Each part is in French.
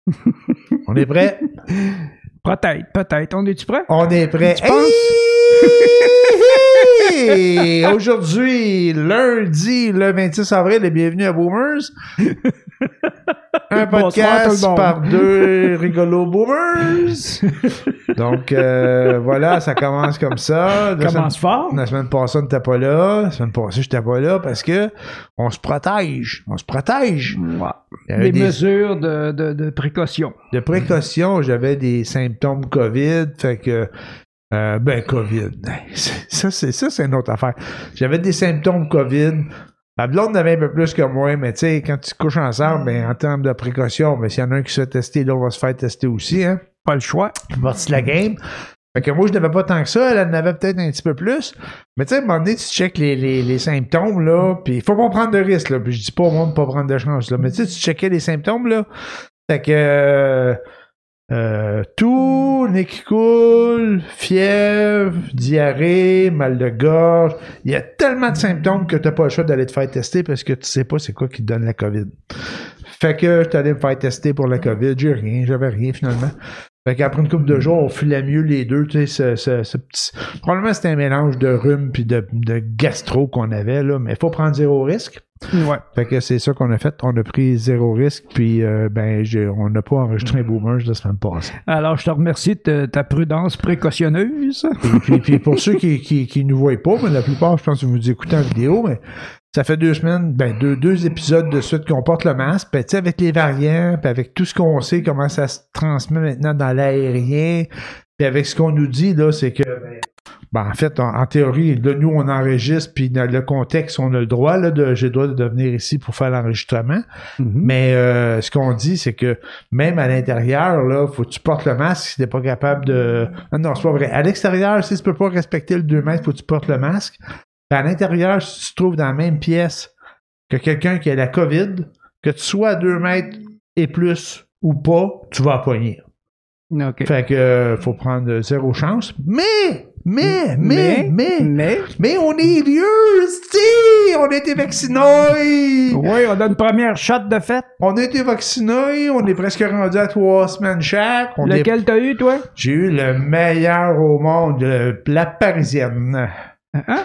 On est prêt? Peut-être. On est-tu prêt? On est prêt. Tu penses? Hey! Aujourd'hui, lundi, le 26 avril, et bienvenue à Boomers. Un podcast par deux rigolos Boomers. Donc, voilà, ça commence comme ça. Fort. La semaine passée, on n'était pas là. La semaine passée, j'étais pas là parce que on se protège. Ouais. Des mesures de précaution. De précaution, j'avais des symptômes COVID, fait que COVID. Ça, c'est une autre affaire. J'avais des symptômes COVID. Ma blonde avait un peu plus que moi, mais tu sais, quand tu couches ensemble, ben, en termes de précaution, ben, s'il y en a un qui se fait tester, l'autre va se faire tester aussi, hein. Pas le choix. C'est parti de la game. Fait que moi, je n'avais pas tant que ça, elle en avait peut-être un petit peu plus. Mais tu sais, à un moment donné, tu checkes les symptômes, là, puis il faut pas prendre de risque, là. Puis je dis pas au monde de pas prendre de chance, là. Mais tu sais, tu checkais les symptômes, là. Fait que tout, nez qui coule, fièvre, diarrhée, mal de gorge. Il y a tellement de symptômes que t'as pas le choix d'aller te faire tester parce que tu sais pas c'est quoi qui te donne la COVID. Fait que j'étais allé me faire tester pour la COVID. J'avais rien finalement. Fait qu'après une couple de jours, on filait mieux les deux. Tu sais, ce petit... Probablement c'était un mélange de rhume puis de gastro qu'on avait, là, mais il faut prendre zéro risque. Ouais. Fait que c'est ça qu'on a fait. On a pris zéro risque, puis on n'a pas enregistré un Boomers la semaine passée. Alors, je te remercie de ta prudence précautionneuse. Puis pour ceux qui ne nous voient pas, mais la plupart, je pense que vous écoutez en vidéo, mais ça fait 2 semaines, deux épisodes de suite qu'on porte le masque. Puis tu sais, avec les variants, puis avec tout ce qu'on sait, comment ça se transmet maintenant dans l'aérien, puis avec ce qu'on nous dit, là, c'est que... en fait, en théorie, là, nous, on enregistre, puis dans le contexte, on a le droit, là, j'ai le droit de venir ici pour faire l'enregistrement. Mm-hmm. Mais ce qu'on dit, c'est que même à l'intérieur, là, faut que tu portes le masque si t'es pas capable de... Non, c'est pas vrai. À l'extérieur, si tu peux pas respecter le 2 mètres, faut que tu portes le masque. Puis à l'intérieur, si tu te trouves dans la même pièce que quelqu'un qui a la COVID, que tu sois à 2 mètres et plus ou pas, tu vas pogner. Okay. Fait que faut prendre zéro chance. Mais on est vieux, si on a été vaccinés. Oui, on a une première shot de fête. On a été vaccinés, on est presque rendu à 3 semaines chaque. Lequel t'as eu, toi? J'ai eu le meilleur au monde, la parisienne. Hein?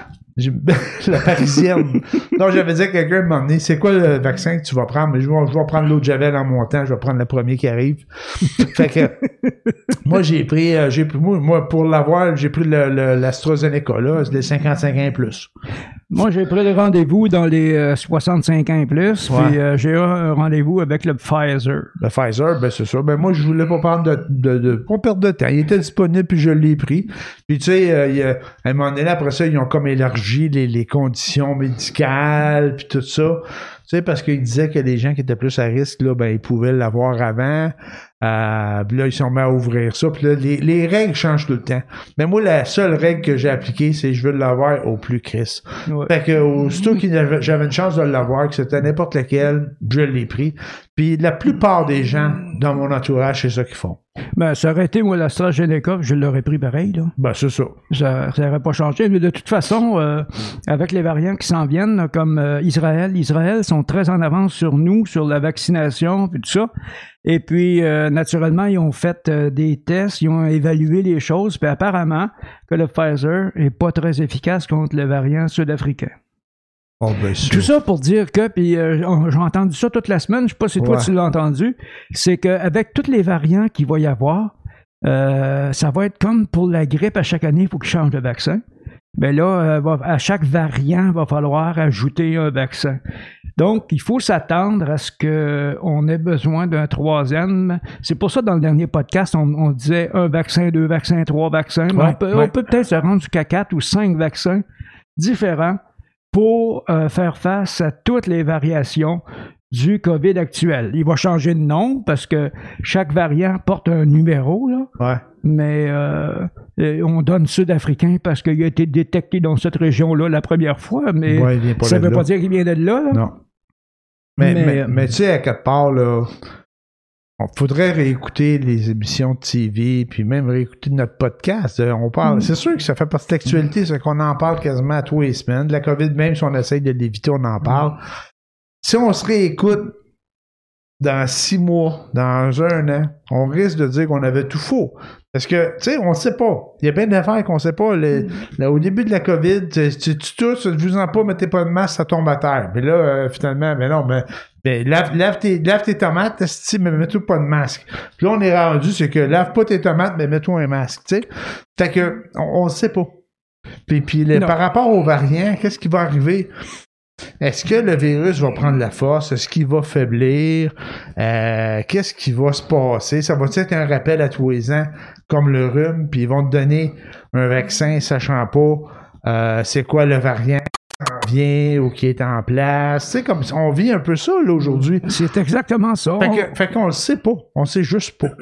La parisienne. Donc, j'avais dit à quelqu'un, m'a demandé, c'est quoi le vaccin que tu vas prendre? Mais je vais prendre l'eau de Javel en montant, je vais prendre le premier qui arrive. Fait que, moi, j'ai pris, moi, pour l'avoir, j'ai pris l'AstraZeneca, là, les 55 ans et plus. Moi, j'ai pris le rendez-vous dans les 65 ans et plus, ouais. Puis j'ai eu un rendez-vous avec le Pfizer. Le Pfizer, ben c'est ça. Ben moi, je voulais pas prendre pas perdre de temps. Il était disponible, puis je l'ai pris. Puis tu sais, à un moment donné, après ça, ils ont comme élargi les conditions médicales, puis tout ça. Tu sais, parce qu'ils disaient que les gens qui étaient plus à risque, là, ben ils pouvaient l'avoir avant. Puis là, ils sont mis à ouvrir ça. Puis là, les règles changent tout le temps. Mais moi, la seule règle que j'ai appliquée, c'est je veux l'avoir au plus Chris. Ouais. Fait que aussitôt que j'avais une chance de l'avoir, que c'était n'importe lequel, je l'ai pris. Puis la plupart des gens dans mon entourage, c'est ça qu'ils font. Ben, ça aurait été, moi, l'AstraZeneca, je l'aurais pris pareil, là. Ben, c'est ça. Ça n'aurait pas changé. Mais de toute façon, avec les variants qui s'en viennent, là, comme Israël sont très en avance sur nous, sur la vaccination, puis tout ça. Et puis, naturellement, ils ont fait des tests, ils ont évalué les choses, puis apparemment que le Pfizer est pas très efficace contre le variant sud-africain. Oh, ben, tout ça pour dire que, puis j'ai entendu ça toute la semaine, je sais pas si toi tu l'as entendu, c'est qu'avec tous les variants qu'il va y avoir, ça va être comme pour la grippe, à chaque année, il faut qu'ils changent de vaccin. Ben là, à chaque variant, il va falloir ajouter un vaccin. Donc, il faut s'attendre à ce qu'on ait besoin d'un troisième. C'est pour ça, dans le dernier podcast, on disait 1 vaccin, 2 vaccins, 3 vaccins. Ouais, on peut peut-être se rendre jusqu'à 4 ou 5 vaccins différents pour faire face à toutes les variations du COVID actuel. Il va changer de nom parce que chaque variant porte un numéro, là. Ouais. Mais on donne sud-africain parce qu'il a été détecté dans cette région-là la première fois, mais ça ne veut pas dire qu'il vient de là. Non. Mais tu sais, à quelque part, là, on faudrait réécouter les émissions de TV, puis même réécouter notre podcast. On parle. C'est sûr que ça fait partie de l'actualité, c'est qu'on en parle quasiment à tous les semaines. De la COVID, même si on essaye de l'éviter, on en parle. Si on se réécoute dans 6 mois, dans 1 an, on risque de dire qu'on avait tout faux. Parce que, tu sais, on ne sait pas. Il y a bien d'affaires qu'on ne sait pas. Là, au début de la COVID, tu touches, tu ne vous en pas, mettez pas de masque, ça tombe à terre. Mais là, finalement, mais non, mais lave tes tomates, mais mets-toi pas de masque. Puis là, on est rendu, c'est que lave pas tes tomates, mais mets-toi un masque, tu sais. Fait que, on ne sait pas. Puis par rapport aux variants, qu'est-ce qui va arriver? Est-ce que le virus va prendre la force? Est-ce qu'il va faiblir? Qu'est-ce qui va se passer? Ça va être un rappel à tous les ans, comme le rhume, puis ils vont te donner un vaccin sachant pas c'est quoi le variant qui s'en vient ou qui est en place. Tu sais, comme on vit un peu ça là aujourd'hui. C'est exactement ça. Fait qu'on le sait pas. On sait juste pas.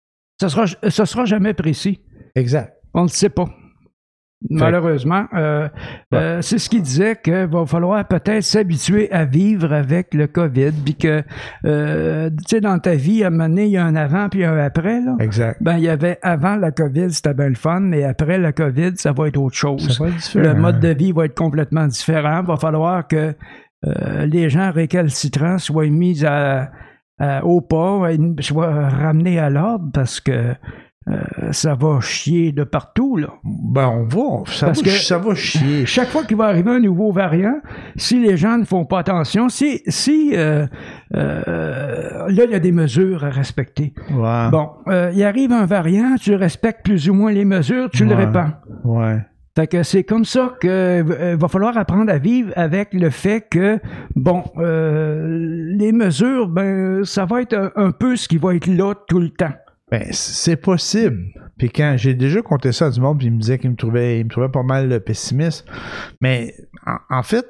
Ça sera jamais précis. Exact. On le sait pas. Malheureusement, c'est ce qu'il disait qu'il va falloir peut-être s'habituer à vivre avec le COVID, puis que, tu sais, dans ta vie, à un moment donné, il y a un avant puis un après, là. Exact. Ben, il y avait avant la COVID, c'était bien le fun, mais après la COVID, ça va être autre chose. Ça va être différent. Le mode de vie va être complètement différent. Il va falloir que les gens récalcitrants soient mis au pas, soient ramenés à l'ordre, parce que ça va chier de partout, là. Ben, ça va chier. Chaque fois qu'il va arriver un nouveau variant, si les gens ne font pas attention, là, il y a des mesures à respecter. Ouais. Bon, il arrive un variant, tu respectes plus ou moins les mesures, tu le répands. Ouais. Fait que c'est comme ça que va falloir apprendre à vivre avec le fait que, bon, les mesures, ben, ça va être un peu ce qui va être là tout le temps. Ben, c'est possible. Puis quand j'ai déjà compté ça à du monde, puis il me disait qu'il me trouvait pas mal pessimiste. Mais en fait,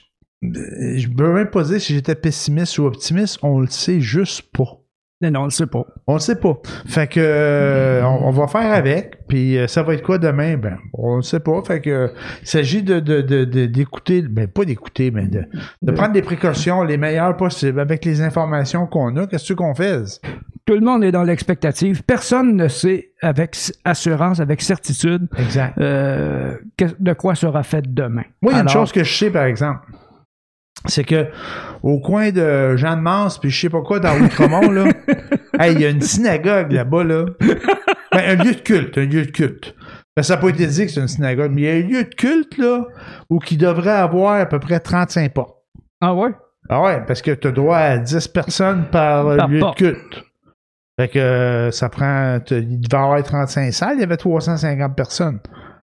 je peux même pas dire si j'étais pessimiste ou optimiste, on le sait juste pas. Non, on le sait pas. On le sait pas. Fait que on va faire avec, puis ça va être quoi demain? Ben, on le sait pas. Fait que il s'agit d'écouter, ben pas d'écouter, mais de prendre des précautions les meilleures possibles avec les informations qu'on a. Qu'est-ce qu'on fait? Tout le monde est dans l'expectative. Personne ne sait avec assurance, avec certitude, exact. De quoi sera fait demain. Moi, il y a une chose que je sais, par exemple. C'est que au coin de Jeanne-Mance, puis je sais pas quoi, dans Outremont, là, il y a une synagogue là-bas, là. Ben, un lieu de culte. Ben, ça n'a pas été dit que c'est une synagogue, mais il y a un lieu de culte, là, où qui devrait avoir à peu près 35 pas. Ah ouais? Ah ouais, parce que tu as droit à 10 personnes par lieu de culte. Fait que ça prend... Il devait y avoir 35 salles, il y avait 350 personnes.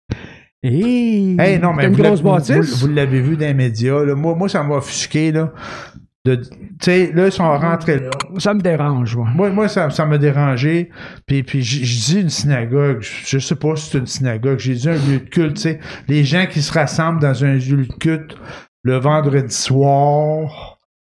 Hey, non, mais une grosse bâtisse. Vous l'avez vu dans les médias. Là. Moi, ça m'a offusqué. Là. Tu sais, là, ils sont rentrés là. Ça me dérange, ouais. Moi, ça m'a dérangé. Puis je dis une synagogue. Je sais pas si c'est une synagogue. J'ai dit un lieu de culte. Tu sais, les gens qui se rassemblent dans un lieu de culte le vendredi soir.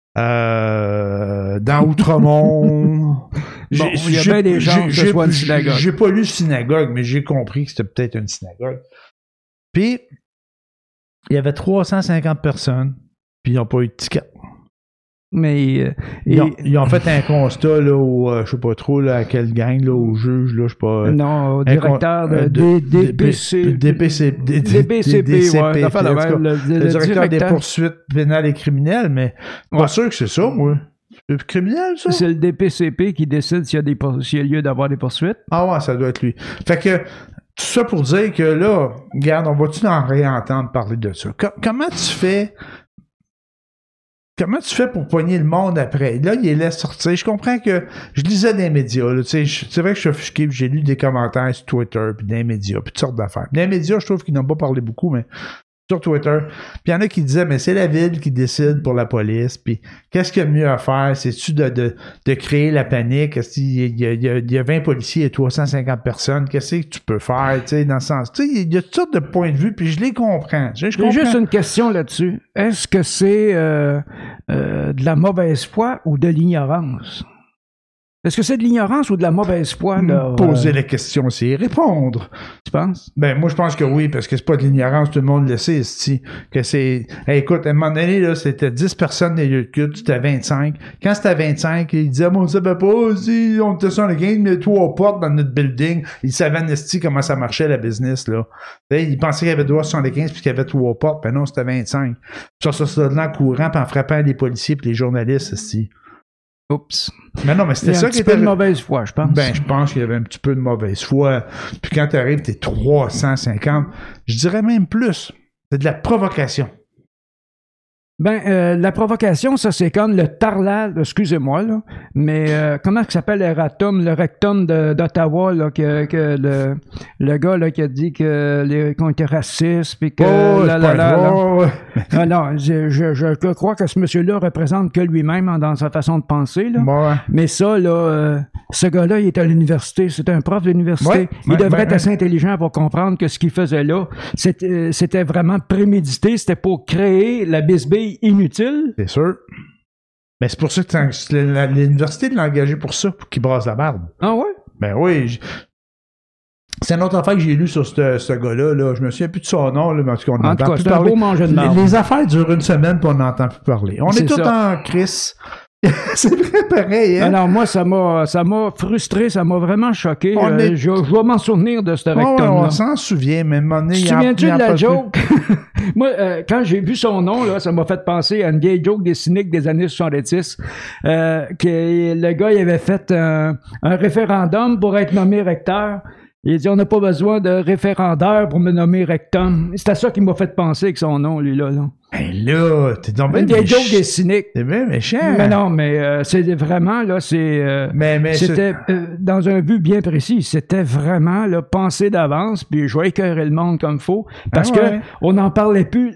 Dans Outremont. Il y a bien des gens que ce soit une synagogue. J'ai pas lu synagogue, mais j'ai compris que c'était peut-être une synagogue. Puis, il y avait 350 personnes, puis ils n'ont pas eu de ticket. Mais ils ont fait un constat là, je sais pas trop là, à quelle gang, là, au juge, là, je sais pas. Non, au directeur de DPCP, ouais, le directeur des poursuites pénales et criminelles, mais pas sûr que c'est ça, moi. C'est criminel, ça? C'est le DPCP qui décide s'il y a lieu d'avoir des poursuites. Ah ouais, ça doit être lui. Fait que, tout ça pour dire que là, regarde, on va-tu en réentendre parler de ça? Comment tu fais pour poigner le monde après? Là, il les laisse sortir. Je comprends que je lisais dans les médias. Là, c'est vrai que je suis offusqué, j'ai lu des commentaires sur Twitter, puis dans les médias, puis toutes sortes d'affaires. Dans les médias, je trouve qu'ils n'ont pas parlé beaucoup, mais sur Twitter. Puis il y en a qui disaient, mais c'est la ville qui décide pour la police. Puis qu'est-ce qu'il y a mieux à faire? C'est-tu de créer la panique? Il y a 20 policiers et 350 personnes. Qu'est-ce que tu peux faire? Tu sais, dans le sens. Tu sais, il y a toutes sortes de points de vue, puis je les comprends. J'ai juste une question là-dessus. Est-ce que c'est de la mauvaise foi ou de l'ignorance? Est-ce que c'est de l'ignorance ou de la mauvaise foi? Poser la question, c'est répondre. Tu penses? Ben, moi, je pense que oui, parce que c'est pas de l'ignorance, tout le monde le sait, que c'est... Hey, écoute, à un moment donné, là, c'était 10 personnes dans les lieux de culte, c'était 25. Quand c'était 25, ils disaient, on savait pas, si on était sur le game, mais 3 portes dans notre building. Ils savaient, comment ça marchait, la business, là. Ils pensaient qu'il y avait droit à 75 puis qu'il y avait 3 portes. Ben non, c'était 25. Ça de l'an courant, puis en frappant les policiers puis les journalistes, Oups. Mais non, mais c'était ça qui était... un petit peu de mauvaise foi, je pense. Ben, je pense qu'il y avait un petit peu de mauvaise foi. Puis quand t'arrives, t'es 350. Je dirais même plus. C'est de la provocation. Ben, la provocation, ça, c'est comme le tarlal, excusez-moi, là, mais comment ça s'appelle le rectum d'Ottawa, là, que le gars, là, qui a dit qu'on était racistes, puis que... Non, je crois que ce monsieur-là représente que lui-même dans sa façon de penser, là. Ouais. Mais ça, là, ce gars-là, il est à l'université, c'est un prof d'université. Il devrait être assez intelligent pour comprendre que ce qu'il faisait là, c'était vraiment prémédité, c'était pour créer la bisbille inutile. C'est sûr. Mais c'est pour ça que l'université l'a engagé pour ça, pour qu'il brasse la barbe. Ah ouais? Ben oui. C'est une autre affaire que j'ai lue sur ce gars-là. Là. Je me souviens plus de son nom, là, parce qu'on n'entend plus parler. Un beau manger de barbe. Les affaires durent une semaine puis on n'entend plus parler. On est tous en crise. C'est vrai pareil, hein? Alors moi, ça m'a frustré, ça m'a vraiment choqué. Je vais m'en souvenir de ce rectum-là. On s'en souvient, même à un moment donné. Tu te souviens-tu de la joke? Moi, quand j'ai vu son nom, là, ça m'a fait penser à une vieille joke des cyniques des années 70. Que le gars, il avait fait un référendum pour être nommé recteur. Il dit, on n'a pas besoin de référendaire pour me nommer rectum. C'est à ça qu'il m'a fait penser avec son nom, lui, là. Ben là, t'es dans bien méchant. Des jokes des cyniques. C'est bien méchant. Mais non, mais c'est vraiment, là, c'était dans un but bien précis. C'était vraiment, là, penser d'avance, puis je vais écœurer le monde comme faut, parce que on n'en parlait plus.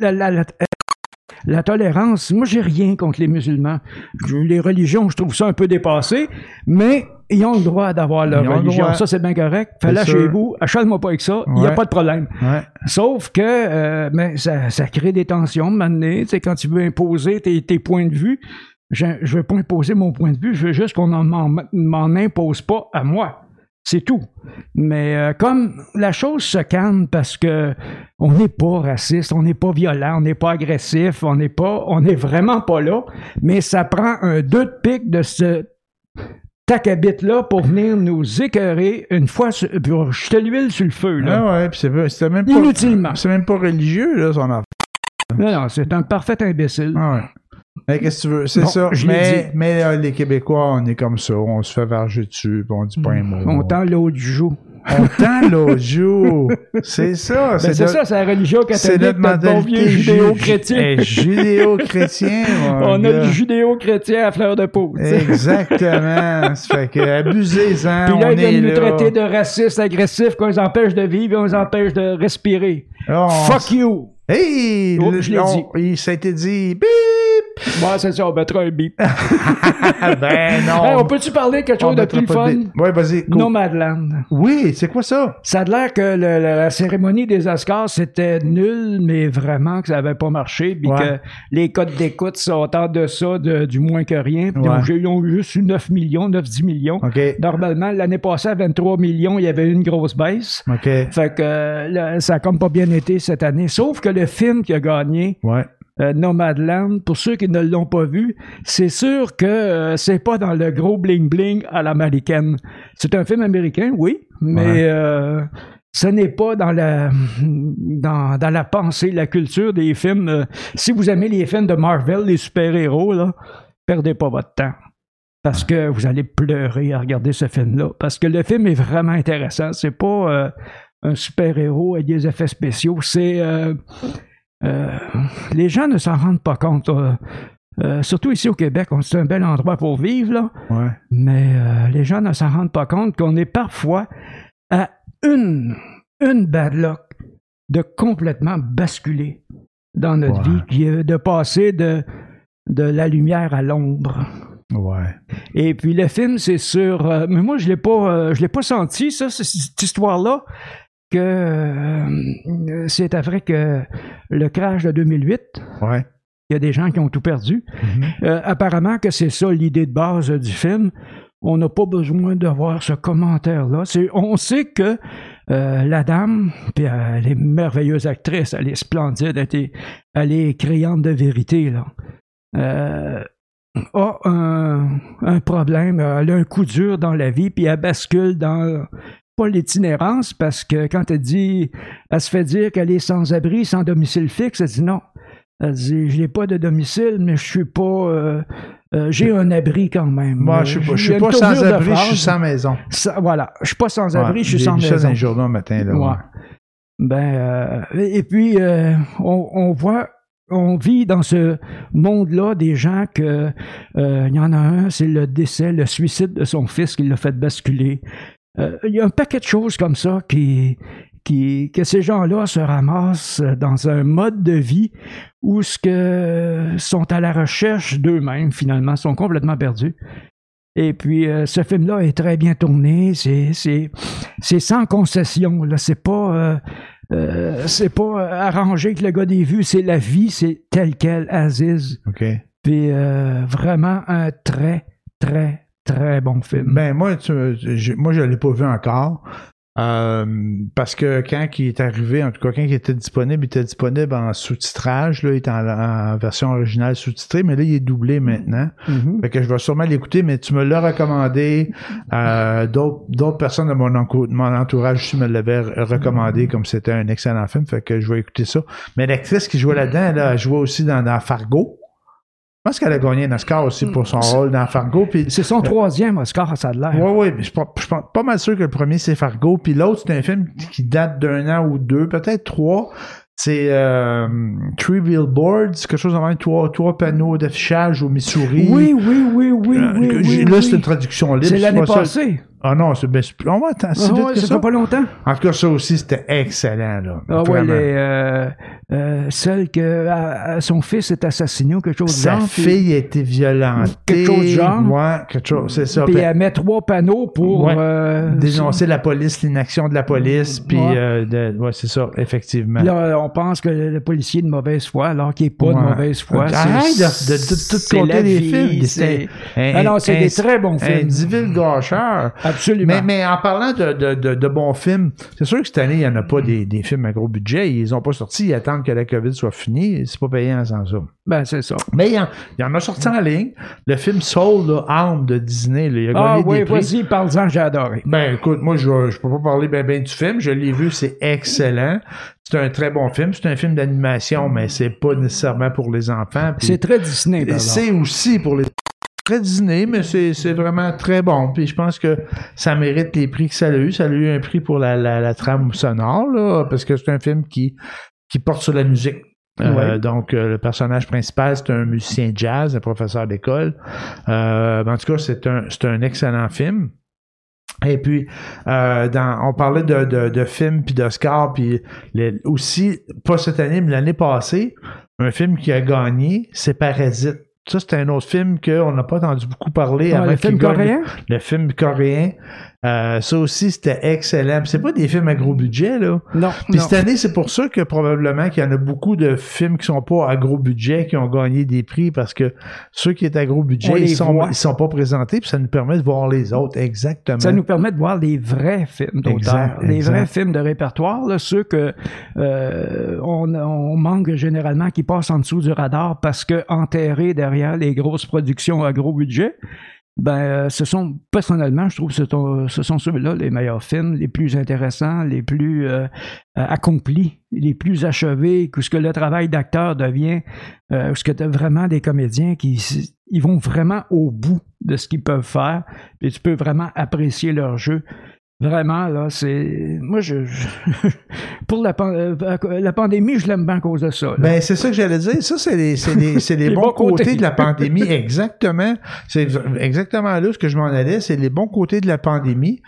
La tolérance, moi, j'ai rien contre les musulmans. Les religions, je trouve ça un peu dépassé, mais ils ont le droit d'avoir leur religion. Ça, c'est bien correct. Fais-la chez vous. Achète-moi pas avec ça. Il n'y a pas de problème. Ouais. Sauf que mais ça crée des tensions, maintenant. Tu sais, quand tu veux imposer tes points de vue, je veux pas imposer mon point de vue. Je veux juste qu'on m'en impose pas à moi. C'est tout. Mais comme la chose se calme parce que on n'est pas raciste, on n'est pas violent, on n'est pas agressif, on est vraiment pas là, mais ça prend un deux de pique de ce tacabite-là pour venir nous écœurer une fois pour jeter l'huile sur le feu. Là. Ah ouais, puis c'est même pas... Inutilement. C'est même pas religieux, là, son affaire. Non, c'est un parfait imbécile. Ah ouais. Mais qu'est-ce que tu veux? C'est ça. Mais les Québécois, on est comme ça. On se fait varger dessus, puis on dit pas un mot. On tend l'autre joue. On tend l'autre joue. C'est ça. C'est ça, c'est la religion catholique, notre bon vieux judéo-chrétien. Judéo-chrétien. On a le judéo-chrétien à fleur de peau. Exactement. Ça fait que abusez-en. Puis là, ils viennent nous traiter de racistes, agressifs, qu'on les empêche de vivre et on les empêche de respirer. Fuck you! Hey! Ça a été dit. Bip! Ouais, c'est ça, on mettra un bip. Ben non. Hey, on peut-tu parler de quelque chose de plus fun? Ouais, vas-y. Cool. Nomadland. Oui, c'est quoi ça? Ça a l'air que la cérémonie des Oscars, c'était nul, mais vraiment que ça avait pas marché, puis que les codes d'écoute sont en deçà du moins que rien. Puis ils ont juste eu 9-10 millions. Okay. Normalement, l'année passée, à 23 millions, il y avait une grosse baisse. Okay. Fait que ça a comme pas bien été cette année. Sauf que le film qui a gagné... Nomadland, pour ceux qui ne l'ont pas vu, c'est sûr que c'est pas dans le gros bling-bling à l'américaine. C'est un film américain, oui, mais ce n'est pas dans la pensée, la culture des films. Si vous aimez les films de Marvel, les super-héros, là, perdez pas votre temps. Parce que vous allez pleurer à regarder ce film-là. Parce que le film est vraiment intéressant. C'est pas un super-héros avec des effets spéciaux. C'est... les gens ne s'en rendent pas compte. Surtout ici au Québec, c'est un bel endroit pour vivre, là. Ouais. Mais les gens ne s'en rendent pas compte qu'on est parfois à une bad luck de complètement basculer dans notre vie, qui est de passer de la lumière à l'ombre. Ouais. Et puis le film, c'est sur... mais moi, je l'ai pas senti, ça, cette histoire-là. Que c'est après que le crash de 2008, il y a des gens qui ont tout perdu. Mm-hmm. Apparemment que c'est ça l'idée de base du film. On n'a pas besoin de voir ce commentaire-là. On sait que la dame, puis elle est merveilleuse actrice, elle est splendide, elle est criante de vérité, là. A un problème, elle a un coup dur dans la vie, puis elle bascule dans... pas l'itinérance, parce que quand elle se fait dire qu'elle est sans abri, sans domicile fixe, elle dit non. Elle dit, je n'ai pas de domicile, mais je suis pas... j'ai un abri quand même. Moi, je suis pas sans abri, je suis sans maison. Voilà, je suis pas sans abri, je suis sans maison. J'ai lu ça dans les journaux le matin. Là, et puis, on vit dans ce monde-là des gens que il y en a un, c'est le décès, le suicide de son fils qui l'a fait basculer. Il y a un paquet de choses comme ça que ces gens-là se ramassent dans un mode de vie où sont à la recherche d'eux-mêmes, finalement, sont complètement perdus. Et puis, ce film-là est très bien tourné, c'est sans concession, là, c'est pas arrangé que le gars des vues, c'est la vie, c'est tel quel, Aziz. OK. Puis, vraiment un très, très, très bon film. Ben, moi, je l'ai pas vu encore. Parce que quand il est arrivé, en tout cas, quand il était disponible en sous-titrage, là, il était en version originale sous-titrée, mais là, il est doublé maintenant. Mm-hmm. Fait que je vais sûrement l'écouter, mais tu me l'as recommandé. D'autres personnes de mon entourage aussi me l'avaient recommandé comme c'était un excellent film, fait que je vais écouter ça. Mais l'actrice qui jouait là-dedans, elle jouait aussi dans Fargo. Je pense qu'elle a gagné un Oscar aussi pour son rôle dans Fargo. C'est son troisième Oscar, ça a l'air. Oui, mais je suis pas mal sûr que le premier, c'est Fargo. Puis l'autre, c'est un film qui date d'1 an ou 2, peut-être 3. C'est Three Billboards, quelque chose comme trois panneaux d'affichage au Missouri. Oui. Là, c'est une traduction libre. C'est l'année passée. Ah non, c'est plus. On va attendre. C'est vite que ça. Ça fait pas longtemps. En tout cas, ça aussi, c'était excellent. Là. Ah ouais, celle que son fils est assassiné ou quelque chose de genre. Sa fille a été violentée. Quelque chose de genre. Ouais, quelque chose, c'est ça. Puis elle met 3 panneaux pour... dénoncer la police, l'inaction de la police, puis c'est ça, effectivement. Là, on pense que le policier est de mauvaise foi, alors qu'il n'est pas de mauvaise foi. Arrête de compter des films. C'est des très bons films. Un divulgateur. Absolument. Mais en parlant de bons films, c'est sûr que cette année, il n'y en a pas des films à gros budget. Ils n'ont pas sorti. Ils attendent que la COVID soit finie. C'est pas payant sans ça. Ben, c'est ça. Mais il y en a sorti en ligne. Le film Soul, là, Arme de Disney, là, il a gagné des prix. Vas-y, parle-en, j'ai adoré. Ben, écoute, moi, je peux pas parler ben du film. Je l'ai vu, c'est excellent. C'est un très bon film. C'est un film d'animation, mais c'est pas nécessairement pour les enfants. C'est très Disney, d'abord. C'est aussi pour les très Disney, mais c'est vraiment très bon. Puis je pense que ça mérite les prix que ça a eu. Ça a eu un prix pour la trame sonore, là, parce que c'est un film qui porte sur la musique. Donc, le personnage principal, c'est un musicien jazz, un professeur d'école. En tout cas, c'est un excellent film. Et puis, on parlait de films puis d'Oscar, puis aussi, pas cette année, mais l'année passée, un film qui a gagné, c'est Parasite. Ça, c'était un autre film qu'on n'a pas entendu beaucoup parler. Le film coréen? Le film coréen. Ça aussi, c'était excellent. Puis c'est pas des films à gros budget, là. Non. Puis cette année, c'est pour ça que probablement qu'il y en a beaucoup de films qui sont pas à gros budget qui ont gagné des prix parce que ceux qui étaient à gros budget, ils sont pas présentés, puis ça nous permet de voir les autres. Exactement. Ça nous permet de voir les vrais films d'auteur. Les vrais films de répertoire, là, ceux que on manque généralement, qui passent en dessous du radar parce que enterrés derrière les grosses productions à gros budget. Personnellement, je trouve que ce sont ceux-là les meilleurs films, les plus intéressants, les plus accomplis, les plus achevés, où ce que le travail d'acteur devient, où ce que tu as vraiment des comédiens ils vont vraiment au bout de ce qu'ils peuvent faire, et tu peux vraiment apprécier leur jeu. Vraiment, là, c'est... Moi, pour la pandémie, je l'aime bien à cause de ça. Là. Ben, c'est ça que j'allais dire. Ça, c'est les bons côtés de la pandémie. Exactement. C'est exactement là ce que je m'en allais. C'est les bons côtés de la pandémie.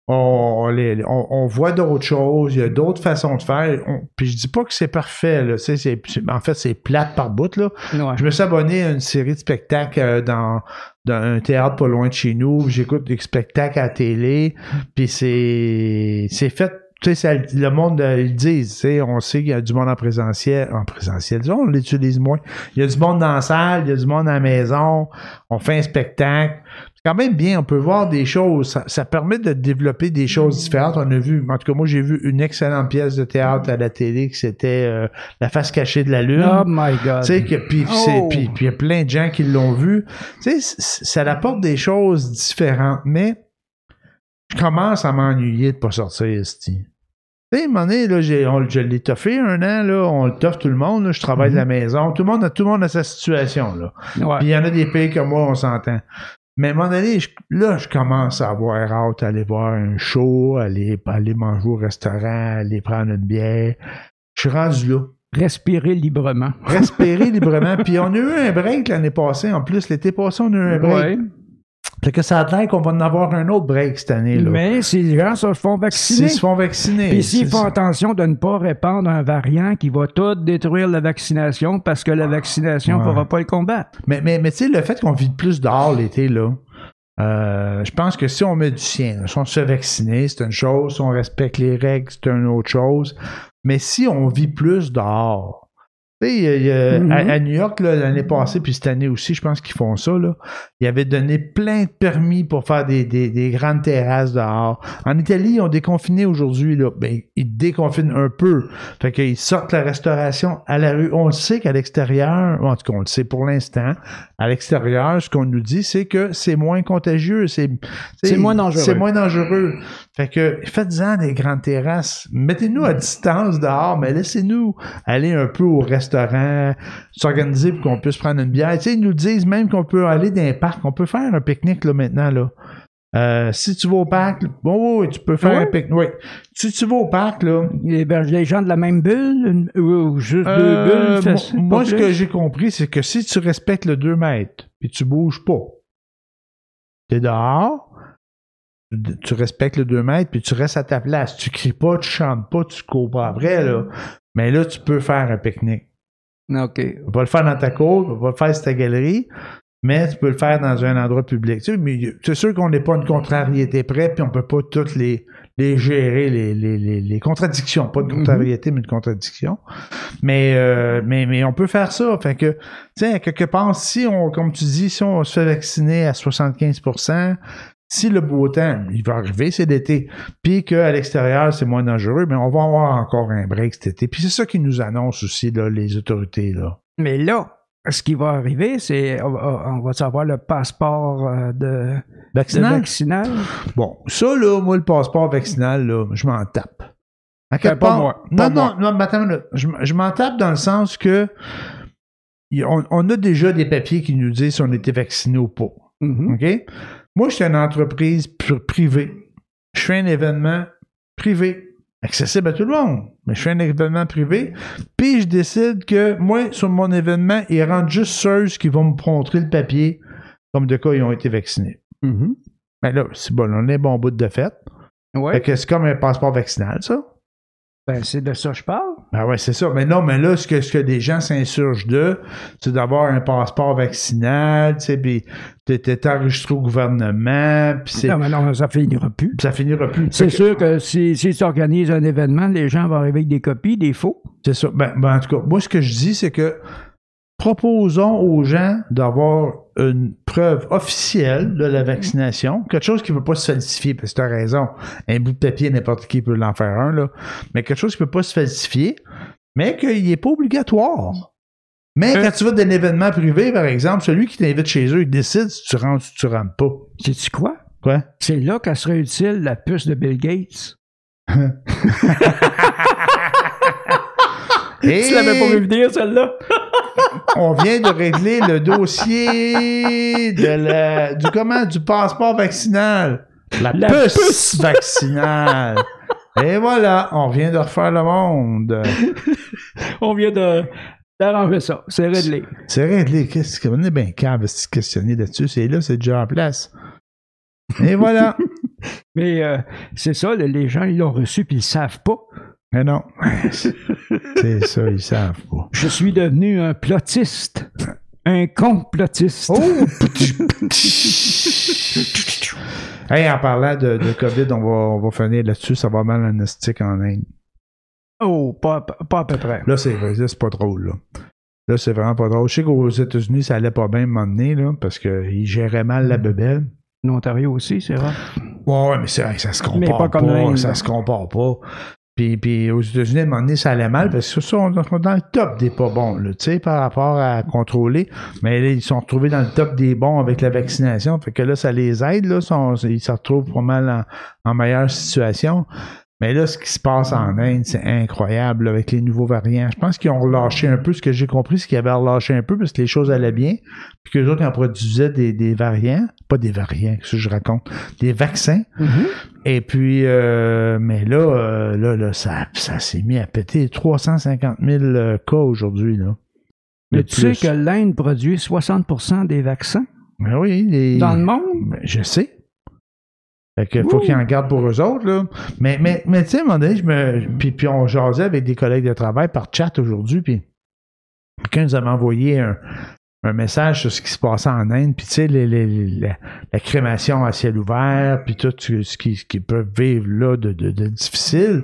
On voit d'autres choses, il y a d'autres façons de faire. Puis je dis pas que c'est parfait, là. En fait, c'est plate par bout, là. Ouais. Je me suis abonné à une série de spectacles dans un théâtre pas loin de chez nous. J'écoute des spectacles à la télé. Puis c'est fait. Tu sais, le monde, ils disent, tu sais, on sait qu'il y a du monde en présentiel, disons, on l'utilise moins. Il y a du monde dans la salle, il y a du monde à la maison, on fait un spectacle. C'est quand même bien, on peut voir des choses, ça permet de développer des choses différentes. On a vu, en tout cas, moi, j'ai vu une excellente pièce de théâtre à la télé qui c'était La face cachée de la lune. Oh my God! Tu sais, puis il y a plein de gens qui l'ont vu. Tu sais, ça apporte des choses différentes, mais je commence à m'ennuyer de pas sortir, c'ti. Tu sais, à un moment donné, là, je l'ai toffé un an, là, on le toffe tout le monde, là, je travaille de la maison, tout le monde a sa situation, là. Ouais. Puis il y en a des pays comme moi, on s'entend. Mais à un moment donné, je commence à avoir hâte d'aller voir un show, aller manger au restaurant, aller prendre une bière. Je suis rendu là. Respirer librement. Respirer librement. Puis on a eu un break l'année passée. En plus, l'été passé, on a eu un break. Ouais. Fait que ça a l'air qu'on va en avoir un autre break cette année, là. Mais si les gens se font vacciner. S'ils se font vacciner. Puis s'ils font attention de ne pas répandre un variant qui va tout détruire la vaccination parce que la vaccination ne pourra pas le combattre. Mais tu sais, le fait qu'on vit plus dehors l'été, là, je pense que si on met du sien, si on se fait vacciner, c'est une chose, si on respecte les règles, c'est une autre chose. Mais si on vit plus dehors, tu sais, à New York, là, l'année passée, puis cette année aussi, je pense qu'ils font ça, là. Ils avaient donné plein de permis pour faire des grandes terrasses dehors. En Italie, ils ont déconfiné aujourd'hui, là. Ben, ils déconfinent un peu. Fait qu'ils sortent la restauration à la rue. On le sait qu'à l'extérieur, en tout cas, on le sait pour l'instant, à l'extérieur, ce qu'on nous dit, c'est que c'est moins contagieux. C'est moins dangereux. C'est moins dangereux. Fait que, faites-en des grandes terrasses. Mettez-nous à distance dehors, mais laissez-nous aller un peu au restaurant, s'organiser pour qu'on puisse prendre une bière. Tu sais, ils nous disent même qu'on peut aller dans un parc, on peut faire un pique-nique, là, maintenant, là. Si tu vas au parc, bon, oui, tu peux faire un pique-nique. Oui. Si tu vas au parc, là. Les gens de la même bulle, ou juste deux bulles? Moi, ce que j'ai compris, c'est que si tu respectes le 2 mètres, puis tu bouges pas, t'es dehors, tu respectes le 2 mètres, puis tu restes à ta place. Tu cries pas, tu chantes pas, tu cours pas après, là. Mais là, tu peux faire un pique-nique. OK. Tu vas pas le faire dans ta cour, tu vas pas le faire sur ta galerie, mais tu peux le faire dans un endroit public. Tu sais, mais c'est sûr qu'on n'est pas une contrariété près, puis on peut pas toutes les gérer, les contradictions. Pas de contrariété, mais une contradiction. Mais on peut faire ça. Fait que, tu sais, à quelque part, si on, comme tu dis, si on se fait vacciner à 75%, si le beau temps, il va arriver, c'est l'été, puis qu'à l'extérieur, c'est moins dangereux, mais on va avoir encore un break cet été. Puis c'est ça qui nous annonce aussi, là, les autorités, là. Mais là, ce qui va arriver, c'est on va savoir le passeport vaccinal. Bon, ça, là, moi, le passeport vaccinal, là, je m'en tape. À quel pas part, moi. Non, attends une minute. Je m'en tape dans le sens que on a déjà des papiers qui nous disent si on était vacciné ou pas. OK? Moi, je suis une entreprise privée. Je fais un événement privé, accessible à tout le monde. Mais je fais un événement privé, puis je décide que, moi, sur mon événement, ils rentrent juste ceux qui vont me montrer le papier, comme de cas ils ont été vaccinés. Ben là, c'est bon, on est bon bout de fête. Ouais. Fait que c'est comme un passeport vaccinal, ça. Ben, c'est de ça que je parle. Ben ouais, c'est ça. Mais non, mais là, ce que des gens s'insurgent c'est d'avoir un passeport vaccinal, tu sais, puis t'es enregistré au gouvernement, puis c'est... Non, mais non, ça finira plus. Ça finira plus. C'est sûr que si tu organises un événement, les gens vont arriver avec des copies, des faux. C'est ça. Ben, en tout cas, moi, ce que je dis, c'est que proposons aux gens d'avoir une preuve officielle de la vaccination, quelque chose qui ne peut pas se falsifier, parce que tu as raison, un bout de papier, n'importe qui peut l'en faire un, là, mais quelque chose qui ne peut pas se falsifier, mais qu'il n'est pas obligatoire. Mais quand tu vas dans un événement privé, par exemple, celui qui t'invite chez eux, il décide si tu rentres ou si tu rentres pas. Sais-tu quoi? Quoi? C'est là qu'elle serait utile, la puce de Bill Gates. Et tu l'avais pas vu venir, celle-là? On vient de régler le dossier du passeport vaccinal. La puce vaccinale. Et voilà, on vient de refaire le monde. On vient d'arranger ça. C'est réglé. C'est réglé. Qu'est-ce qu'on est bien calme de se questionner là-dessus? C'est là, c'est déjà en place. Et voilà. Mais c'est ça, les gens, ils l'ont reçu puis ils savent pas. Mais non. C'est ça, ils savent pas. Je suis devenu un plotiste. Un complotiste. Oh! Hey, en parlant de COVID, on va finir là-dessus. Ça va mal en estique en Inde. Oh, pas à peu près. Là, c'est pas drôle, là. Là, c'est vraiment pas drôle. Je sais qu'aux États-Unis, ça allait pas bien à un moment donné, là, parce qu'ils géraient mal la bebelle. En Ontario aussi, c'est vrai. Ouais, mais ça se compare mais pas. Comme l'Inde, ça se compare pas. Puis aux États-Unis, à un moment donné, ça allait mal parce que ça, on est dans le top des pas bons, tu sais, par rapport à contrôler. Mais là, ils sont retrouvés dans le top des bons avec la vaccination. Fait que là, ça les aide, là. Ils se retrouvent pas mal en meilleure situation. Mais là, ce qui se passe en Inde, c'est incroyable là, avec les nouveaux variants. Je pense qu'ils ont relâché un peu. Ce que j'ai compris, c'est qu'ils avaient relâché un peu parce que les choses allaient bien. Puis qu'eux autres, ils en produisaient des variants. Pas des variants, c'est ce que je raconte. Des vaccins. Et puis, mais là, ça s'est mis à péter 350 000 cas aujourd'hui. Là. Mais tu sais que l'Inde produit 60% des vaccins? Ben oui. Dans le monde? Ben, je sais. Fait que faut qu'ils en gardent pour eux autres, là. Mais tu sais, à un moment donné, puis on jasait avec des collègues de travail par chat aujourd'hui, puis quelqu'un nous avait envoyé un message sur ce qui se passait en Inde, puis tu sais, la crémation à ciel ouvert, puis tout ce qu'ils peuvent vivre là de difficile.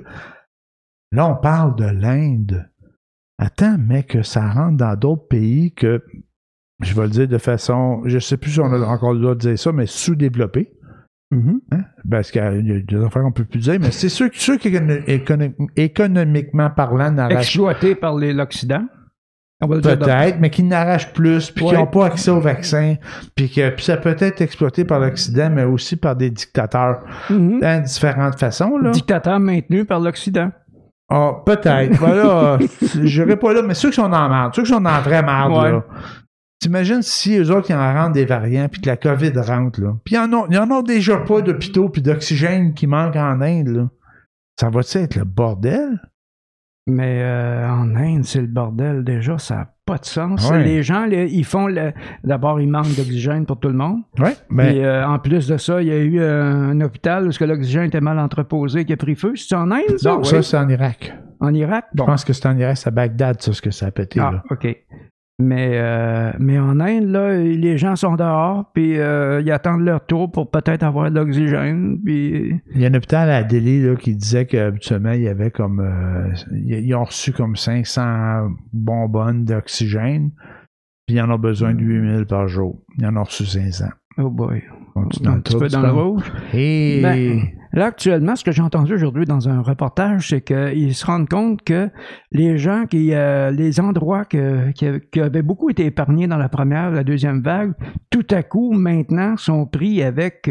Là, on parle de l'Inde. Attends, mais que ça rentre dans d'autres pays que, je vais le dire de façon, je sais plus si on a encore le droit de dire ça, mais sous-développés. Hein? Parce qu'il y a des affaires qu'on peut plus dire, mais c'est ceux qui économiquement parlant n'arrachent... Exploités par l'Occident. Peut-être, mais qui n'arrachent plus, puis qui n'ont pas accès au vaccin, puis ça peut être exploité par l'Occident, mais aussi par des dictateurs dans différentes façons. Là. Dictateurs maintenus par l'Occident. Ah, peut-être. Voilà, je n'irai pas là, mais ceux qui sont en merde, ceux qui sont en vraie merde, là. T'imagines si eux autres, ils en rentrent des variants, puis que la COVID rentre, là. Puis il y en a déjà pas d'hôpitaux puis d'oxygène qui manquent en Inde, là. Ça va-tu être le bordel? Mais en Inde, c'est le bordel déjà, ça n'a pas de sens. Ouais. Les gens, ils font... D'abord, il manque d'oxygène pour tout le monde. Oui. Mais... Et en plus de ça, il y a eu un hôpital où l'oxygène était mal entreposé qui a pris feu. C'est en Inde, ça? Non, ça, c'est en Irak. En Irak? Bon. Je pense que c'est en Irak, c'est à Bagdad, ça, ce que ça a pété, là. OK. Mais en Inde, là, les gens sont dehors, puis ils attendent leur tour pour peut-être avoir de l'oxygène. Puis... Il y a un hôpital à Delhi là, qui disait qu'habituellement, il y avait comme... ils ont reçu comme 500 bonbonnes d'oxygène, puis ils en ont besoin de 8000 par jour. Ils en ont reçu 500. Oh boy. Un petit peu dans le rouge. Et... Ben, là, actuellement, ce que j'ai entendu aujourd'hui dans un reportage, c'est qu'ils se rendent compte que les gens les endroits qui avaient beaucoup été épargnés dans la deuxième vague, tout à coup, maintenant, sont pris avec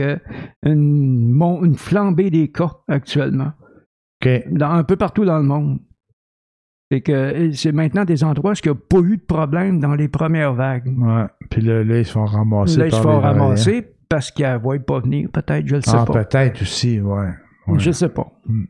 une flambée des cas actuellement. Okay. Un peu partout dans le monde. C'est que c'est maintenant des endroits où il n'y a pas eu de problème dans les premières vagues. Ouais. Puis là, ils se font ramasser. Là, ils se font ramasser parce qu'ils ne voient pas venir, peut-être, je le sais pas. Ah, peut-être aussi, ouais. Je sais pas.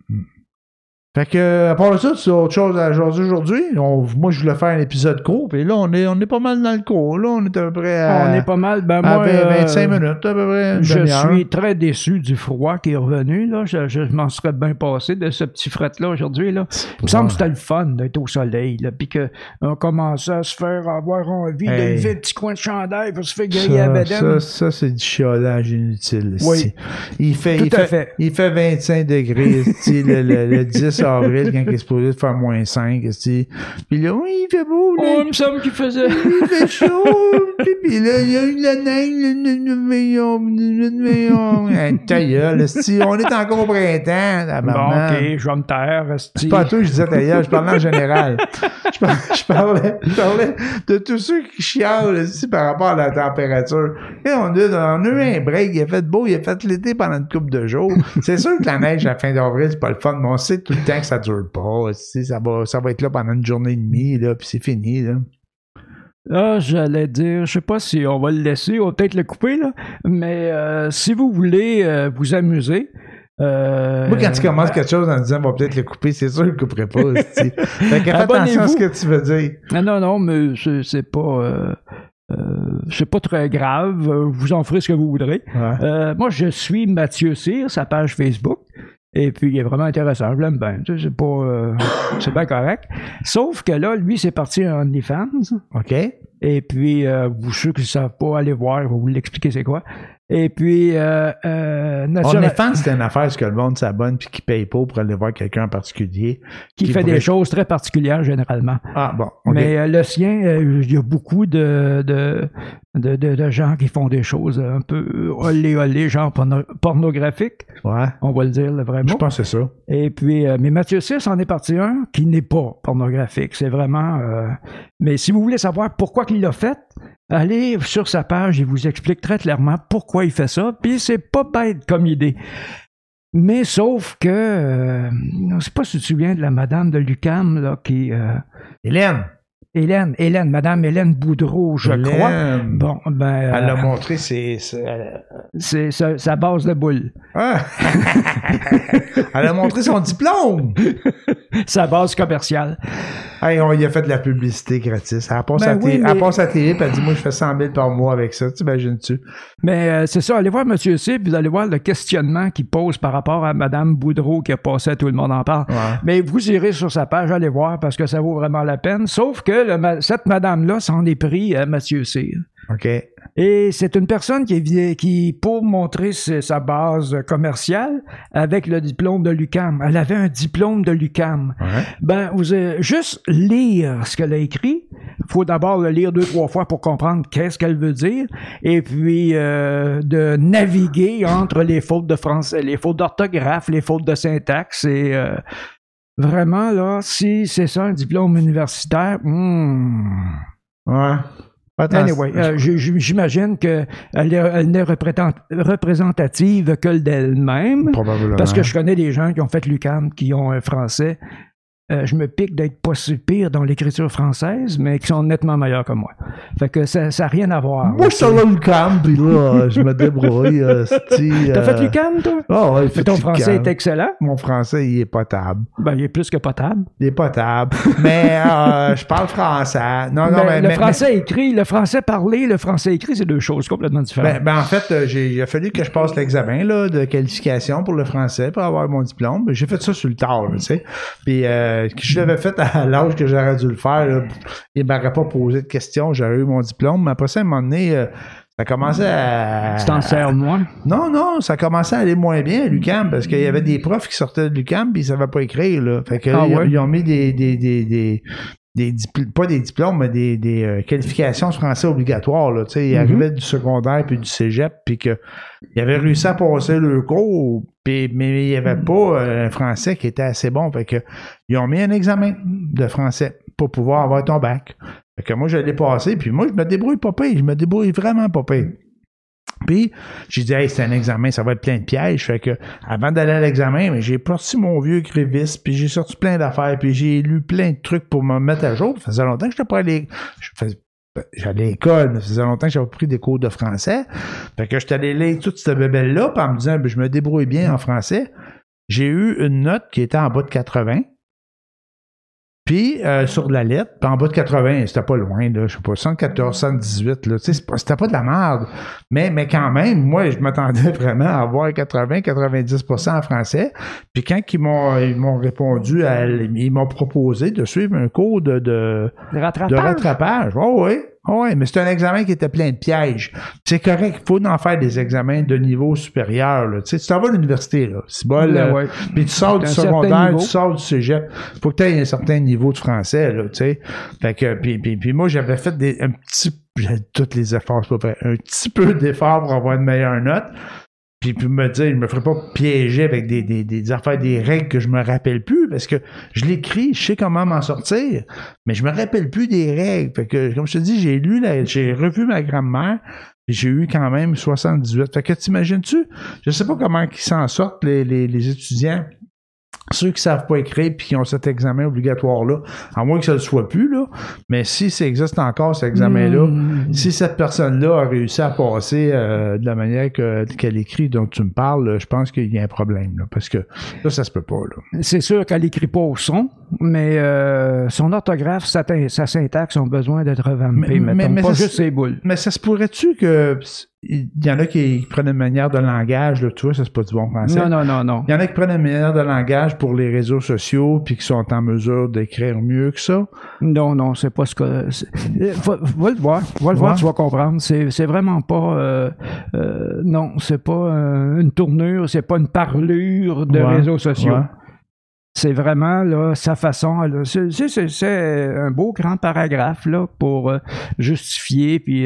Fait que, à part ça, tu as autre chose à jaser aujourd'hui? Moi, je voulais faire un épisode court, puis là, on est pas mal dans le court. Là, on est à peu près à... On est pas mal. Ben, moi, 25 minutes, à peu près. Je suis très déçu du froid qui est revenu, là. Je m'en serais bien passé de ce petit fret-là aujourd'hui, là. Il me semble que c'était le fun d'être au soleil, là, puis qu'on commençait à se faire avoir envie de lever le petit coin de chandail pour se faire griller à bedaine. Ça, c'est du chiolage inutile. Oui. Il fait 25 degrés, le 10 avril, quand il est supposé de faire moins 5, puis là, oui, il fait beau. Là, il me semble qu'il faisait. Il fait chaud, puis là, il y a eu la neige, ta gueule, on est encore au printemps. Bon, OK, je vais me taire. C'est pas toi que je disais ta gueule, je parlais en général. Je parlais de tous ceux qui chialent par rapport à la température. Et on a eu un break, il a fait beau, il a fait l'été pendant une couple de jours. C'est sûr que la neige à la fin d'avril, c'est pas le fun, mais on sait tout le temps que ça dure pas. Ça va être là pendant une journée et demie, là, puis c'est fini. Là. Ah, j'allais dire, je sais pas si on va le laisser, on va peut-être le couper, là, mais si vous voulez vous amuser... Moi, quand tu commences quelque chose en disant on va peut-être le couper, c'est sûr que je le couperai pas. Fait que fais attention à ce que tu veux dire. Non, mais c'est pas très grave. Vous en ferez ce que vous voudrez. Ouais. Moi, je suis Mathieu Cyr, sa page Facebook. Et puis, il est vraiment intéressant. Je l'aime bien. C'est pas... c'est bien correct. Sauf que là, lui, c'est parti en OnlyFans. OK. Et puis, ceux qui ne savent pas aller voir, je vais vous l'expliquer c'est quoi. Et puis, OnlyFans, c'est une affaire ce que le monde s'abonne puis qui paye pas pour aller voir quelqu'un en particulier. Qui fait des choses très particulières, généralement. Ah, bon. Okay. Mais le sien, il y a beaucoup de gens qui font des choses un peu olé, genre pornographiques. Ouais. On va le dire, le vrai mot. Je pense que c'est ça. Et puis, mais Mathieu Cyr en est parti un qui n'est pas pornographique. C'est vraiment... mais si vous voulez savoir pourquoi il l'a fait, allez sur sa page, il vous explique très clairement pourquoi il fait ça, puis c'est pas bête comme idée. Mais sauf que, je ne sais pas si tu te souviens de la madame de l'UQAM, là, qui... Hélène, madame Hélène Boudreau, je crois. Bon, ben... Elle a montré sa base de boule. Ah. Elle a montré son diplôme. Sa base commerciale. Hey, on y a fait de la publicité gratis. Elle passe à la télé, puis elle dit, moi, je fais 100 000 par mois avec ça. T'imagines-tu? Mais c'est ça, allez voir M. C, puis vous allez voir le questionnement qu'il pose par rapport à Mme Boudreau qui a passé à Tout le monde en parle. Ouais. Mais vous irez sur sa page, allez voir, parce que ça vaut vraiment la peine. Sauf que cette madame-là s'en est pris à M. C. OK. Et c'est une personne qui pour montrer sa base commerciale, avec le diplôme de l'UQAM. Elle avait un diplôme de l'UQAM. Ouais. Ben, vous juste lire ce qu'elle a écrit. Il faut d'abord le lire 2-3 fois pour comprendre qu'est-ce qu'elle veut dire. Et puis, de naviguer entre les fautes de français, les fautes d'orthographe, les fautes de syntaxe. Et vraiment, là, si c'est ça, un diplôme universitaire, ouais. Anyway, j'imagine qu'elle n'est représentative que d'elle-même. Probablement. Parce que je connais des gens qui ont fait l'UQAM, qui ont un français. Je me pique d'être pas si pire dans l'écriture française, mais qui sont nettement meilleurs que moi. Fait que ça n'a rien à voir. Moi, je suis allé à l'UQAM, puis là, je me débrouille. T'as fait l'UQAM, toi? Oh, ouais, ton français est excellent? Mon français, il est potable. Ben, il est plus que potable. Il est potable. Mais je parle français. Non, mais le français écrit, le français parlé, le français écrit, c'est deux choses complètement différentes. Ben en fait, il a fallu que je passe l'examen là, de qualification pour le français pour avoir mon diplôme. J'ai fait ça sur le tard, tu sais. Puis je l'avais fait à l'âge que j'aurais dû le faire, là, il m'aurait pas posé de questions, j'aurais eu mon diplôme, mais après ça, à un moment donné, ça commençait à... Tu t'en sers moins? Non, ça commençait à aller moins bien à l'UQAM, parce qu'il y avait des profs qui sortaient de l'UQAM, puis ils savaient pas écrire, là. Fait que ils ont mis pas des diplômes, mais des qualifications français obligatoires, là. Tu sais, ils arrivaient du secondaire puis du cégep, puis qu'ils avaient réussi à passer le cours, mais il n'y avait pas un français qui était assez bon. Fait que ils ont mis un examen de français pour pouvoir avoir ton bac. Fait que moi, je l'ai passé, puis moi, je me débrouille pas pire. Je me débrouille vraiment pas pire. Puis, j'ai dit, hey, c'est un examen, ça va être plein de pièges. Fait que, avant d'aller à l'examen, mais j'ai sorti mon vieux gréviste, puis j'ai sorti plein d'affaires, puis j'ai lu plein de trucs pour me mettre à jour. Ça faisait longtemps que je n'étais pas allé. J'allais à l'école, mais ça faisait longtemps que j'avais pris des cours de français. Fait que j'étais allé lire toute cette bébelle-là, puis en me disant, je me débrouille bien en français. J'ai eu une note qui était en bas de 80. Puis, sur de la lettre, puis en bas de 80, c'était pas loin, là, je sais pas, 74, 118, là, tu sais, c'était pas de la merde. Mais quand même, moi, je m'attendais vraiment à avoir 80-90% en français. Puis quand ils m'ont répondu, ils m'ont proposé de suivre un cours de rattrapage. Oh, oui. Oui, mais c'est un examen qui était plein de pièges. C'est correct, il faut en faire des examens de niveau supérieur. Là. Tu sais, tu t'en vas à l'université, là. C'est bon, puis tu sors du secondaire, tu sors du cégep. Il faut que tu aies un certain niveau de français, là, tu sais. Fait que, puis moi, j'avais fait j'avais tous les efforts, c'est pas vrai, un petit peu d'efforts pour avoir une meilleure note. Puis me dire, je me ferais pas piéger avec des affaires, des règles que je me rappelle plus, parce que je l'écris, je sais comment m'en sortir, mais je me rappelle plus des règles. Fait que, comme je te dis, j'ai revu ma grammaire, et j'ai eu quand même 78. Fait que t'imagines-tu, je sais pas comment ils s'en sortent, les étudiants, ceux qui savent pas écrire puis qui ont cet examen obligatoire-là, à moins que ça ne le soit plus, là, mais si ça existe encore, cet examen-là, si cette personne-là a réussi à passer de la manière qu'elle écrit dont tu me parles, je pense qu'il y a un problème, là, parce que là, ça se peut pas, là. C'est sûr qu'elle écrit pas au son, mais son orthographe, sa syntaxe ont besoin d'être revampées, mais pas juste ses boules. Mais ça se pourrait-tu que... Il y en a qui prennent une manière de langage, là, tu vois, ça c'est pas du bon français. Non. Il y en a qui prennent une manière de langage pour les réseaux sociaux puis qui sont en mesure d'écrire mieux que ça. Non, c'est pas ce que... Va le voir, tu vas comprendre. C'est vraiment pas... non, c'est pas une tournure, c'est pas une parlure de réseaux sociaux. Ouais. C'est vraiment là, sa façon. Là, c'est un beau grand paragraphe là, pour justifier puis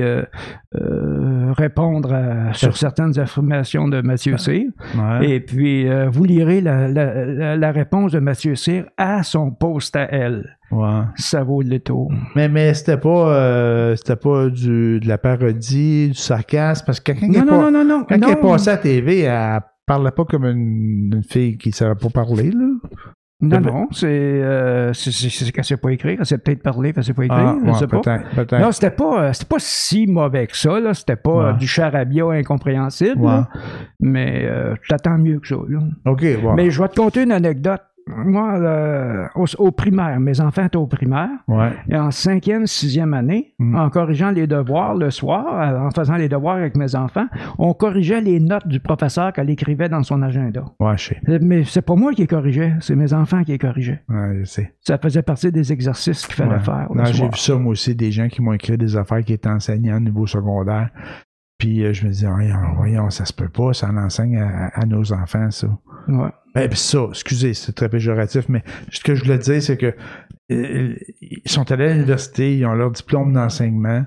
répondre sur certaines affirmations de Mathieu Cyr. Ouais. Et puis, vous lirez la réponse de Mathieu Cyr à son post à elle. Ouais. Ça vaut le détour. Mais c'était pas de la parodie, du sarcasme, parce que quelqu'un qui est passé à la TV à parlait pas comme une fille qui savait pas parler, là? Non, c'est qu'elle sait pas écrire. Elle sait peut-être parler, qu'elle sait pas écrire. Je sais pas. Peut-être. Non, c'était pas si mauvais que ça, là. C'était pas du charabia incompréhensible, là. Mais t'attends mieux que ça, là. OK, bon. Mais je vais te conter une anecdote. Moi, au primaire, mes enfants étaient au primaire. Ouais. Et en 5e, 6e année, en corrigeant les devoirs le soir, en faisant les devoirs avec mes enfants, on corrigeait les notes du professeur qu'elle écrivait dans son agenda. Ouais, je sais. Mais c'est pas moi qui les corrigeais, c'est mes enfants qui les corrigeaient. Ouais, je sais. Ça faisait partie des exercices qu'il fallait faire. Non, j'ai vu ça, moi aussi, des gens qui m'ont écrit des affaires qui étaient enseignants au niveau secondaire. Puis je me disais, voyons, ça se peut pas, ça en enseigne à nos enfants, ça. Ouais. Ben, pis ça, excusez, c'est très péjoratif, mais ce que je voulais dire, c'est que ils sont allés à l'université, ils ont leur diplôme d'enseignement,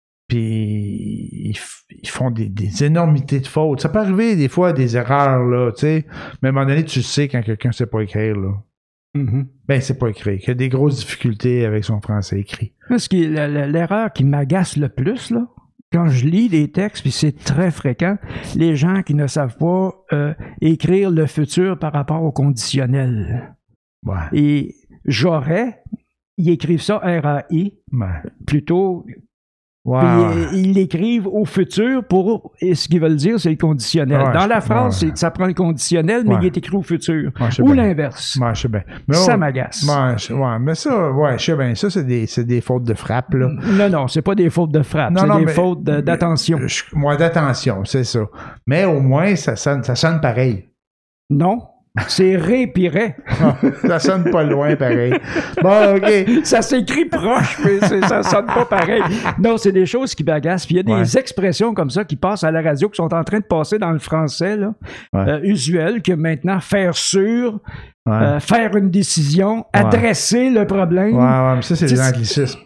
puis ils font des énormités de fautes. Ça peut arriver des fois des erreurs, là, tu sais, mais à un moment donné, tu sais quand quelqu'un sait pas écrire, là. Mm-hmm. Ben, c'est pas écrit. Il y a des grosses difficultés avec son français écrit. L'erreur qui m'agace le plus, là, quand je lis des textes, puis c'est très fréquent, les gens qui ne savent pas écrire le futur par rapport au conditionnel. Ouais. Et j'aurais, ils écrivent ça R-A-I, plutôt... Wow. Puis ils l'écrivent au futur et ce qu'ils veulent dire, c'est le conditionnel. Dans la phrase, ça prend le conditionnel, mais il est écrit au futur. Ou l'inverse. Je sais bien. Mais ça m'agace. Mais ça, je sais bien. Ça, c'est des fautes de frappe, là. Non, c'est pas des fautes de frappe. C'est des fautes d'attention. Moi, d'attention, c'est ça. Mais au moins, ça sonne pareil. Non. C'est ré pis ré. Ça sonne pas loin, pareil. Bon, OK. Ça s'écrit proche, mais ça sonne pas pareil. Non, c'est des choses qui m'agacent. Puis il y a des expressions comme ça qui passent à la radio, qui sont en train de passer dans le français, là, usuel, que maintenant, faire sûr, faire une décision, adresser le problème. Ouais, mais ça, c'est des anglicismes.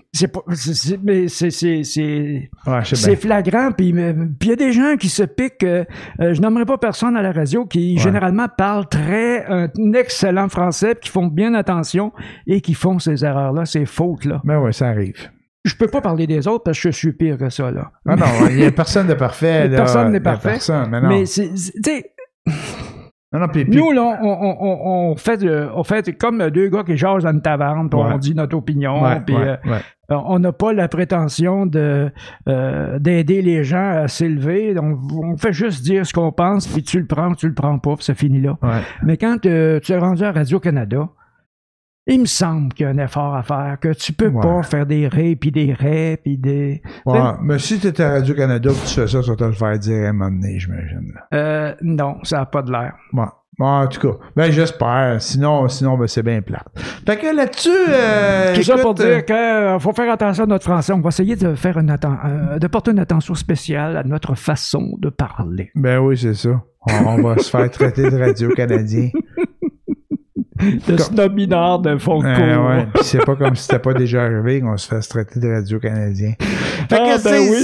C'est flagrant, puis il y a des gens qui se piquent, je nommerai pas personne à la radio, qui généralement parlent un excellent français, puis qui font bien attention et qui font ces erreurs-là, ces fautes-là. Ben oui, ça arrive. Je peux pas parler des autres parce que je suis pire que ça, là. Non, il n'y a personne de parfait. Personne n'est parfait. Mais tu sais... Non, nous, là, on fait comme deux gars qui jasent dans une taverne, puis on dit notre opinion, puis on n'a pas la prétention d'aider les gens à s'élever. On fait juste dire ce qu'on pense, puis tu le prends pas, puis ça finit là. Ouais. Mais quand tu es rendu à Radio-Canada, il me semble qu'il y a un effort à faire, que tu peux pas faire des ré, puis des ré, puis des... mais si tu étais à Radio-Canada et tu fais ça, tu vas te le faire dire à un moment donné, j'imagine. Non, ça n'a pas de l'air. Bon, en tout cas, ben j'espère. Sinon ben, c'est bien plate. Fait que là-dessus... Tout ça pour dire qu'il faut faire attention à notre français. On va essayer de faire de porter une attention spéciale à notre façon de parler. Ben oui, c'est ça. On va se faire traiter de Radio-Canadien. De snobinard de fond de cours. Puis c'est pas comme si c'était pas déjà arrivé qu'on se fasse traiter de Radio-Canadien. Fait que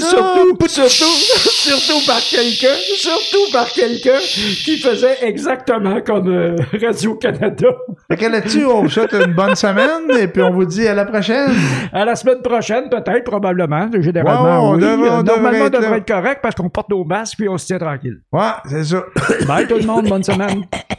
surtout par quelqu'un qui faisait exactement comme Radio-Canada. Fait que là-dessus, on vous souhaite une bonne semaine et puis on vous dit à la prochaine. À la semaine prochaine, peut-être, probablement. Généralement, normalement, on devrait être correct parce qu'on porte nos masques puis on se tient tranquille. Ouais, c'est ça. Bye tout le monde, bonne semaine.